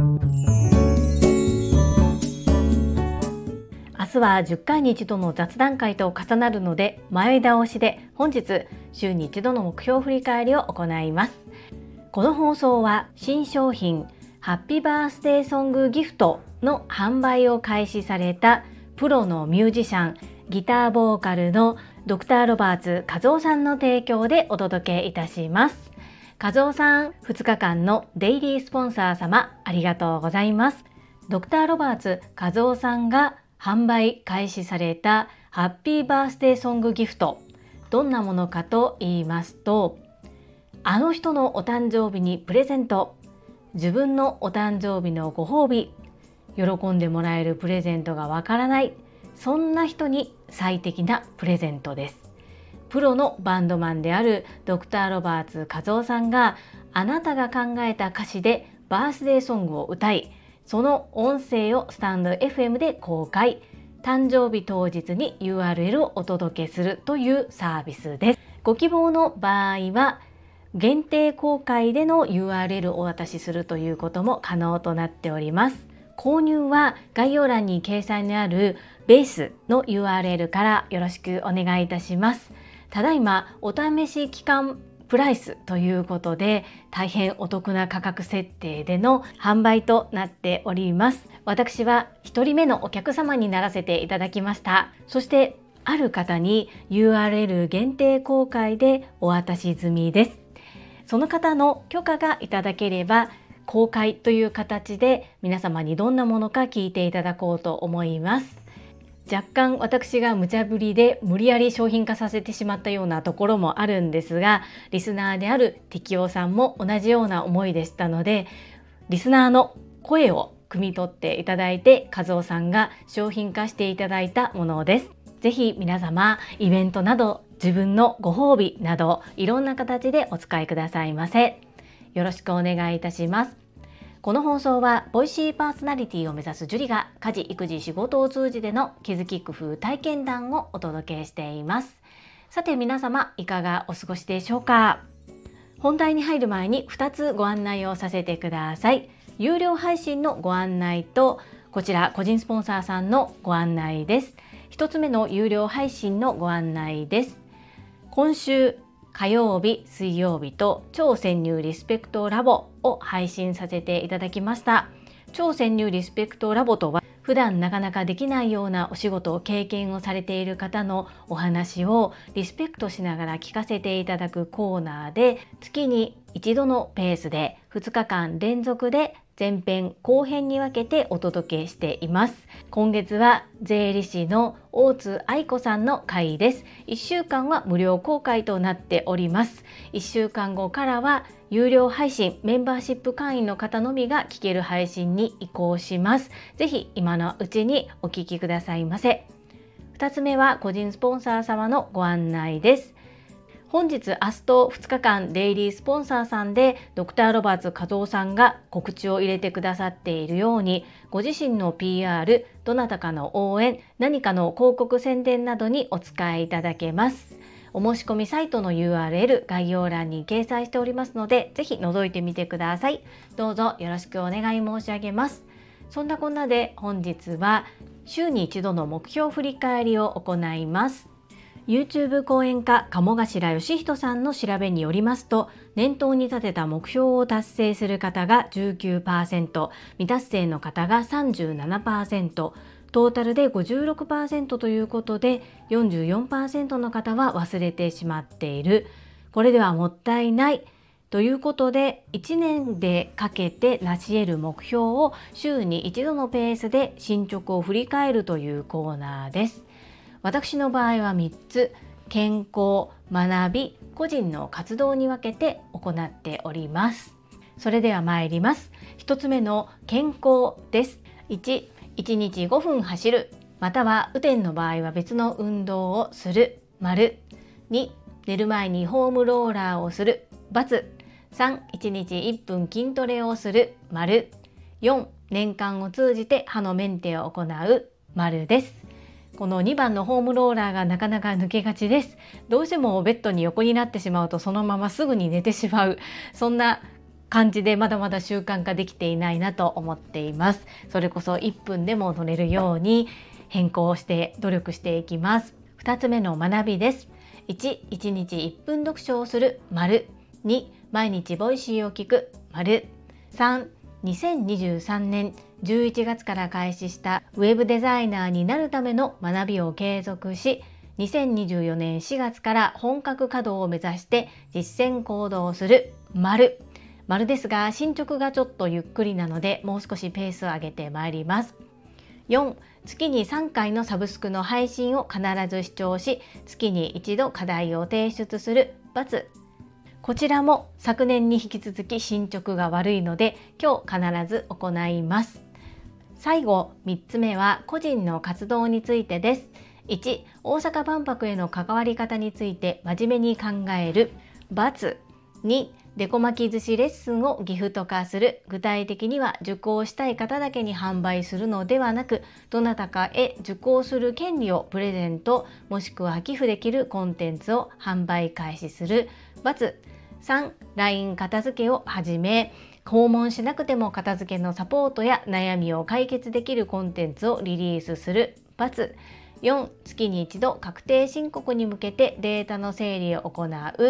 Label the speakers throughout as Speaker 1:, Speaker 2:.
Speaker 1: 明日は10回に一度の雑談会と重なるので前倒しで本日週に一度の目標振り返りを行います。この放送は新商品ハッピーバースデーソングギフトの販売を開始されたプロのミュージシャンギターボーカルのドクターロバーツ和夫さんの提供でお届けいたします。和夫さん、2日間のデイリースポンサー様ありがとうございます。ドクターロバーツ和夫さんが販売開始されたハッピーバースデーソングギフト、どんなものかと言いますと、あの人のお誕生日にプレゼント、自分のお誕生日のご褒美、喜んでもらえるプレゼントがわからない、そんな人に最適なプレゼントです。プロのバンドマンであるドクターロバーツ和夫さんがあなたが考えた歌詞でバースデーソングを歌い、その音声をスタンド FM で公開、誕生日当日に URL をお届けするというサービスです。ご希望の場合は限定公開での URL をお渡しするということも可能となっております。購入は概要欄に掲載のあるベースの URL からよろしくお願いいたします。ただいまお試し期間プライスということで大変お得な価格設定での販売となっております。私は1人目のお客様にならせていただきました。そしてある方に URL 限定公開でお渡し済みです。その方の許可がいただければ公開という形で皆様にどんなものか聞いていただこうと思います。若干私が無茶ぶりで無理やり商品化させてしまったようなところもあるんですが、リスナーである適応さんも同じような思いでしたので、リスナーの声を汲み取っていただいて和夫さんが商品化していただいたものです。ぜひ皆様イベントなど自分のご褒美などいろんな形でお使いくださいませ。よろしくお願いいたします。この放送はボイシーパーソナリティを目指すジュリが家事・育児・仕事を通じての気づき工夫体験談をお届けしています。さて皆様いかがお過ごしでしょうか。本題に入る前に2つご案内をさせてください。有料配信のご案内とこちら個人スポンサーさんのご案内です。1つ目の有料配信のご案内です。今週火曜日、水曜日と超潜入リスペクトラボを配信させていただきました。超潜入リスペクトラボとは普段なかなかできないようなお仕事を経験をされている方のお話をリスペクトしながら聞かせていただくコーナーで、月に一度のペースで2日間連続で前編後編に分けてお届けしています。今月は税理士の大津愛子さんの回です。1週間は無料公開となっております。1週間後からは有料配信、メンバーシップ会員の方のみが聞ける配信に移行します。ぜひ今のうちにお聞きくださいませ。2つ目は個人スポンサー様のご案内です。本日明日と2日間デイリースポンサーさんでドクターロバーツ和夫さんが告知を入れてくださっているように、ご自身の PR、どなたかの応援、何かの広告宣伝などにお使いいただけます。お申し込みサイトの URL 概要欄に掲載しておりますので、ぜひ覗いてみてください。どうぞよろしくお願い申し上げます。そんなこんなで本日は週に一度の目標振り返りを行います。YouTube 講演家鴨頭義人さんの調べによりますと、念頭に立てた目標を達成する方が 19%、未達成の方が 37%、トータルで 56% ということで 44% の方は忘れてしまっている。これではもったいないということで、1年でかけて成し得る目標を週に一度のペースで進捗を振り返るというコーナーです。私の場合は3つ、健康、学び、個人の活動に分けて行っております。それでは参ります。1つ目の健康です。1、1日5分走る、または雨天の場合は別の運動をする、丸。2、寝る前にホームローラーをする、×。3、1日1分筋トレをする、丸。4、年間を通じて歯のメンテを行う、丸です。この2番のホームローラーがなかなか抜けがちです。どうしてもベッドに横になってしまうとそのまますぐに寝てしまう、そんな感じでまだまだ習慣化できていないなと思っています。それこそ1分でも取れるように変更して努力していきます。2つ目の学びです。1、1日1分読書をする丸。2、毎日ボイシーを聞く丸。3、2023年11月から開始したウェブデザイナーになるための学びを継続し、2024年4月から本格稼働を目指して実践行動する丸。丸ですが進捗がちょっとゆっくりなのでもう少しペースを上げてまいります。4、月に3回のサブスクの配信を必ず視聴し、月に一度課題を提出する×。こちらも昨年に引き続き進捗が悪いので今日必ず行います。最後3つ目は個人の活動についてです。1、大阪万博への関わり方について真面目に考える×。2、デコ巻き寿司レッスンをギフト化する。具体的には受講したい方だけに販売するのではなく、どなたかへ受講する権利をプレゼントもしくは寄付できるコンテンツを販売開始する×。3、LINE 片付けを始め、訪問しなくても片付けのサポートや悩みを解決できるコンテンツをリリースする×。4、月に一度確定申告に向けてデータの整理を行う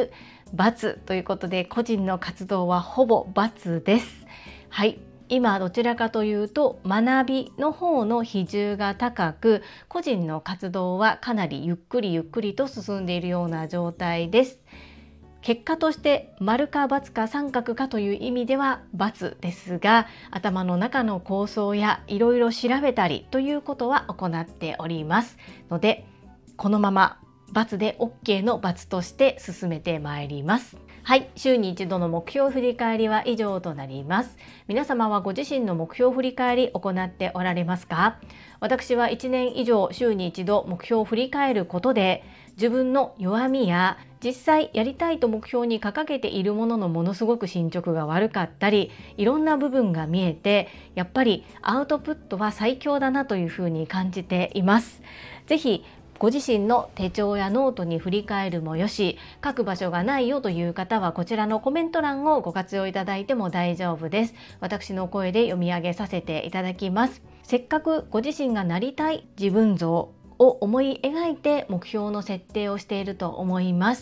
Speaker 1: ×ということで、個人の活動はほぼ×です。はい、今どちらかというと学びの方の比重が高く、個人の活動はかなりゆっくりと進んでいるような状態です。結果として丸か×か三角かという意味では×ですが、頭の中の構想やいろいろ調べたりということは行っておりますので、このまま×で OK の×として進めてまいります。はい、週に一度の目標振り返りは以上となります。皆様はご自身の目標振り返り行っておられますか？私は1年以上週に一度目標を振り返ることで、自分の弱みや実際やりたいと目標に掲げているもののものすごく進捗が悪かったり、いろんな部分が見えて、やっぱりアウトプットは最強だなというふうに感じています。ぜひご自身の手帳やノートに振り返るもよし、書く場所がないよという方はこちらのコメント欄をご活用いただいても大丈夫です。私の声で読み上げさせていただきます。せっかくご自身がなりたい自分像を思い描いて目標の設定をしていると思います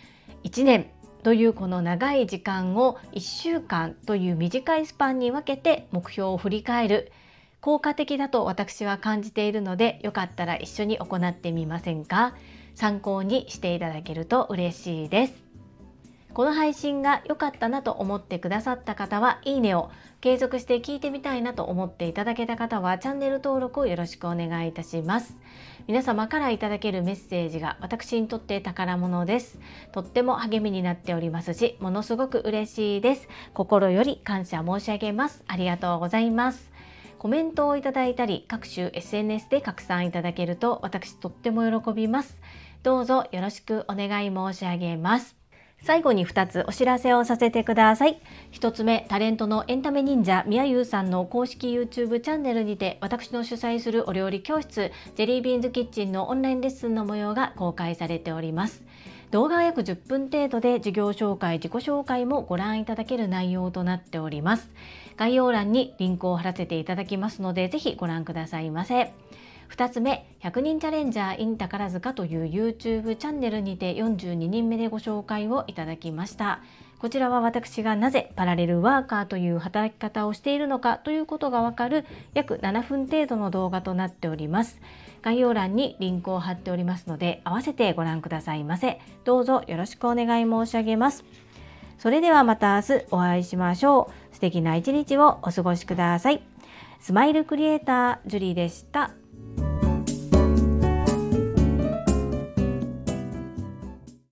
Speaker 1: 。1年というこの長い時間を1週間という短いスパンに分けて目標を振り返る、効果的だと私は感じているので、よかったら一緒に行ってみませんか？参考にしていただけると嬉しいです。この配信が良かったなと思ってくださった方はいいねを、継続して聞いてみたいなと思っていただけた方はチャンネル登録をよろしくお願いいたします。皆様からいただけるメッセージが私にとって宝物です。とっても励みになっておりますし、ものすごく嬉しいです。心より感謝申し上げます。ありがとうございます。コメントをいただいたり、各種 SNS で拡散いただけると私とっても喜びます。どうぞよろしくお願い申し上げます。最後に2つお知らせをさせてください。1つ目、タレントのエンタメ忍者みやゆうさんの公式 YouTube チャンネルにて、私の主催するお料理教室ジェリービーンズキッチンのオンラインレッスンの模様が公開されております。動画は約10分程度で、授業紹介、自己紹介もご覧いただける内容となっております。概要欄にリンクを貼らせていただきますので、ぜひご覧くださいませ。2つ目、100人チャレンジャー in 宝塚という YouTube チャンネルにて42人目でご紹介をいただきました。こちらは私がなぜパラレルワーカーという働き方をしているのかということがわかる約7分程度の動画となっております。概要欄にリンクを貼っておりますので、合わせてご覧くださいませ。どうぞよろしくお願い申し上げます。それではまた明日お会いしましょう。素敵な一日をお過ごしください。スマイルクリエイタージュリーでした。